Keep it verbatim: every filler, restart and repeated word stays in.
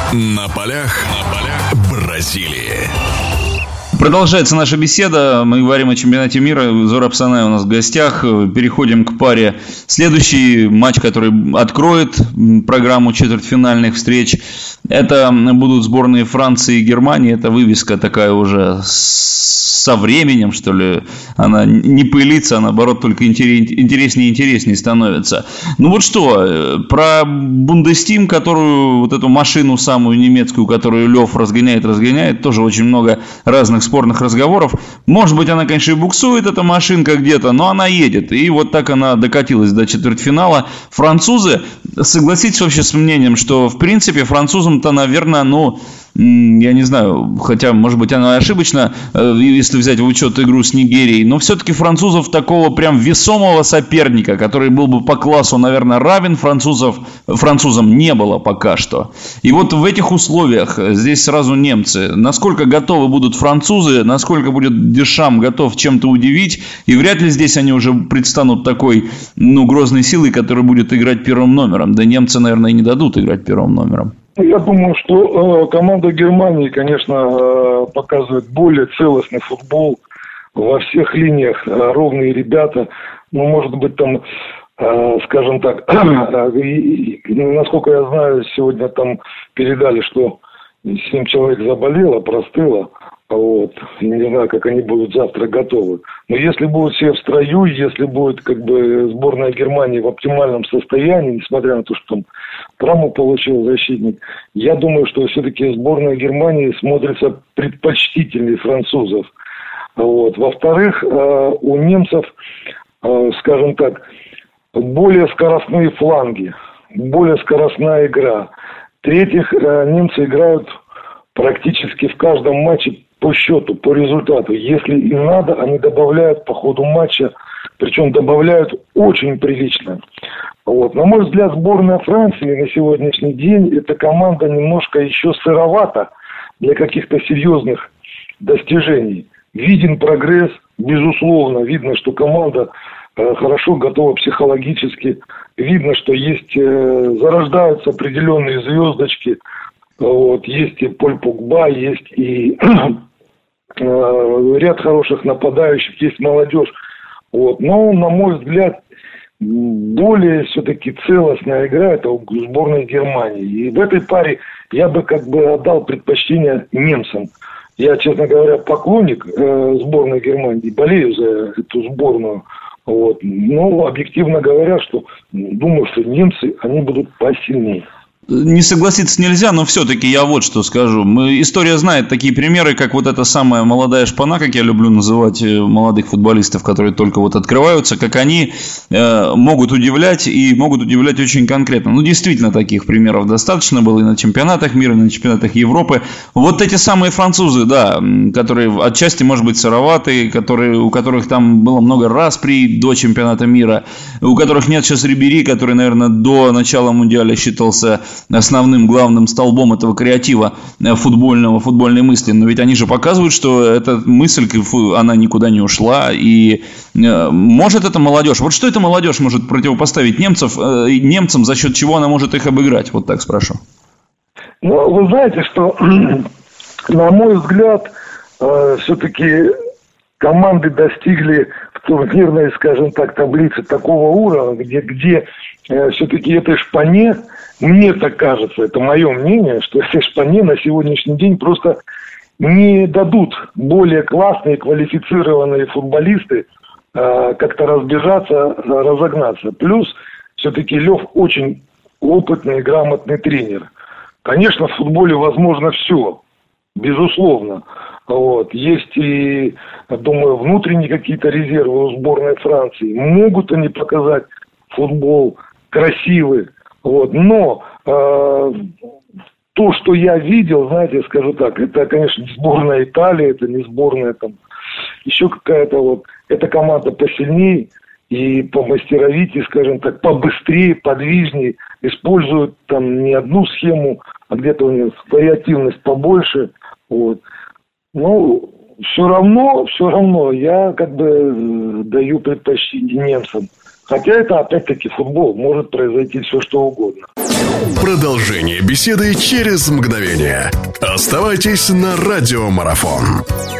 На полях, на полях Бразилии. Продолжается наша беседа. Мы говорим о чемпионате мира. Зураб Санай у нас в гостях. Переходим к паре. Следующий матч, который откроет программу четвертьфинальных встреч, это будут сборные Франции и Германии. Это вывеска такая уже со временем, что ли. Она не пылится, а наоборот только интереснее и интереснее становится. Ну вот что, про Бундестим, которую, вот эту машину самую немецкую, которую Лев разгоняет, разгоняет, тоже очень много разных спорных разговоров. Может быть, она, конечно, и буксует, эта машинка где-то, но она едет. И вот так она докатилась до четвертьфинала. Французы, согласитесь вообще с мнением, что, в принципе, французам-то, наверное, ну, я не знаю, хотя, может быть, она ошибочна, если взять в учет игру с Нигерией, но все-таки французов такого прям весомого соперника, который был бы по классу, наверное, равен французов, французам, не было пока что. И вот в этих условиях здесь сразу немцы. Насколько готовы будут французы, насколько будет Дешам готов чем-то удивить, и вряд ли здесь они уже предстанут такой, ну, грозной силой, которая будет играть первым номером. Да немцы, наверное, и не дадут играть первым номером. Я думаю, что э, команда Германии, конечно, э, показывает более целостный футбол во всех линиях, э, ровные ребята. Ну, может быть, там, э, скажем так, э, и, и, насколько я знаю, сегодня там передали, что семь человек заболело, простыло. Вот. Не знаю, как они будут завтра готовы. Но если будут все в строю, если будет как бы сборная Германии в оптимальном состоянии, несмотря на то, что там травму получил защитник, я думаю, что все-таки сборная Германии смотрится предпочтительнее французов. Вот. Во-вторых, у немцев, скажем так, более скоростные фланги, более скоростная игра. В-третьих, немцы играют практически в каждом матче по счету, по результату. Если им надо, они добавляют по ходу матча, причем добавляют очень прилично. Вот. На мой взгляд, сборная Франции на сегодняшний день, эта команда немножко еще сыровата для каких-то серьезных достижений. Виден прогресс, безусловно. Видно, что команда э, хорошо готова психологически. Видно, что есть, э, зарождаются определенные звездочки. Вот. Есть и Поль Погба, есть и э, ряд хороших нападающих, есть молодежь. Вот. Но, на мой взгляд, более все-таки целостная игра — это у сборной Германии. И в этой паре я бы как бы отдал предпочтение немцам. Я, честно говоря, поклонник э, сборной Германии, болею за эту сборную. Вот. Но, объективно говоря, что думаю, что немцы, они будут посильнее. Не согласиться нельзя, но все-таки я вот что скажу. Мы, история знает такие примеры, как вот эта самая молодая шпана, как я люблю называть молодых футболистов, которые только вот открываются, как они э, могут удивлять и могут удивлять очень конкретно. Ну, действительно, таких примеров достаточно было и на чемпионатах мира, и на чемпионатах Европы. Вот эти самые французы, да, которые отчасти, может быть, сыроватые, которые, у которых там было много распри до чемпионата мира, у которых нет сейчас Рибери, который, наверное, до начала Мундиаля считался основным главным столбом этого креатива футбольного, футбольной мысли. Но ведь они же показывают, что эта мысль, она никуда не ушла. И может эта молодежь, вот что эта молодежь может противопоставить немцев, немцам, за счет чего она может их обыграть? Вот так спрошу. Ну, вы знаете, что, на мой взгляд, все-таки команды достигли в турнирной, скажем так, таблице такого уровня, где, где все-таки этой шпане, мне так кажется, это мое мнение, что этой шпане на сегодняшний день просто не дадут более классные, квалифицированные футболисты э, как-то разбежаться, разогнаться. Плюс все-таки Лев очень опытный и грамотный тренер. Конечно, в футболе возможно все, безусловно. Вот. Есть и, думаю, внутренние какие-то резервы у сборной Франции. Могут они показать футбол красивый. Вот. Но э, то, что я видел, знаете, скажу так, это, конечно, не сборная Италии, это не сборная там еще какая-то вот, эта команда посильнее и помастеровитее, скажем так, побыстрее, подвижнее, используют там не одну схему, а где-то у них вариативность побольше. Вот. Ну, все равно, все равно я как бы даю предпочтение немцам. Хотя это опять-таки футбол, может произойти все что угодно. Продолжение беседы через мгновение. Оставайтесь на Радиомарафон.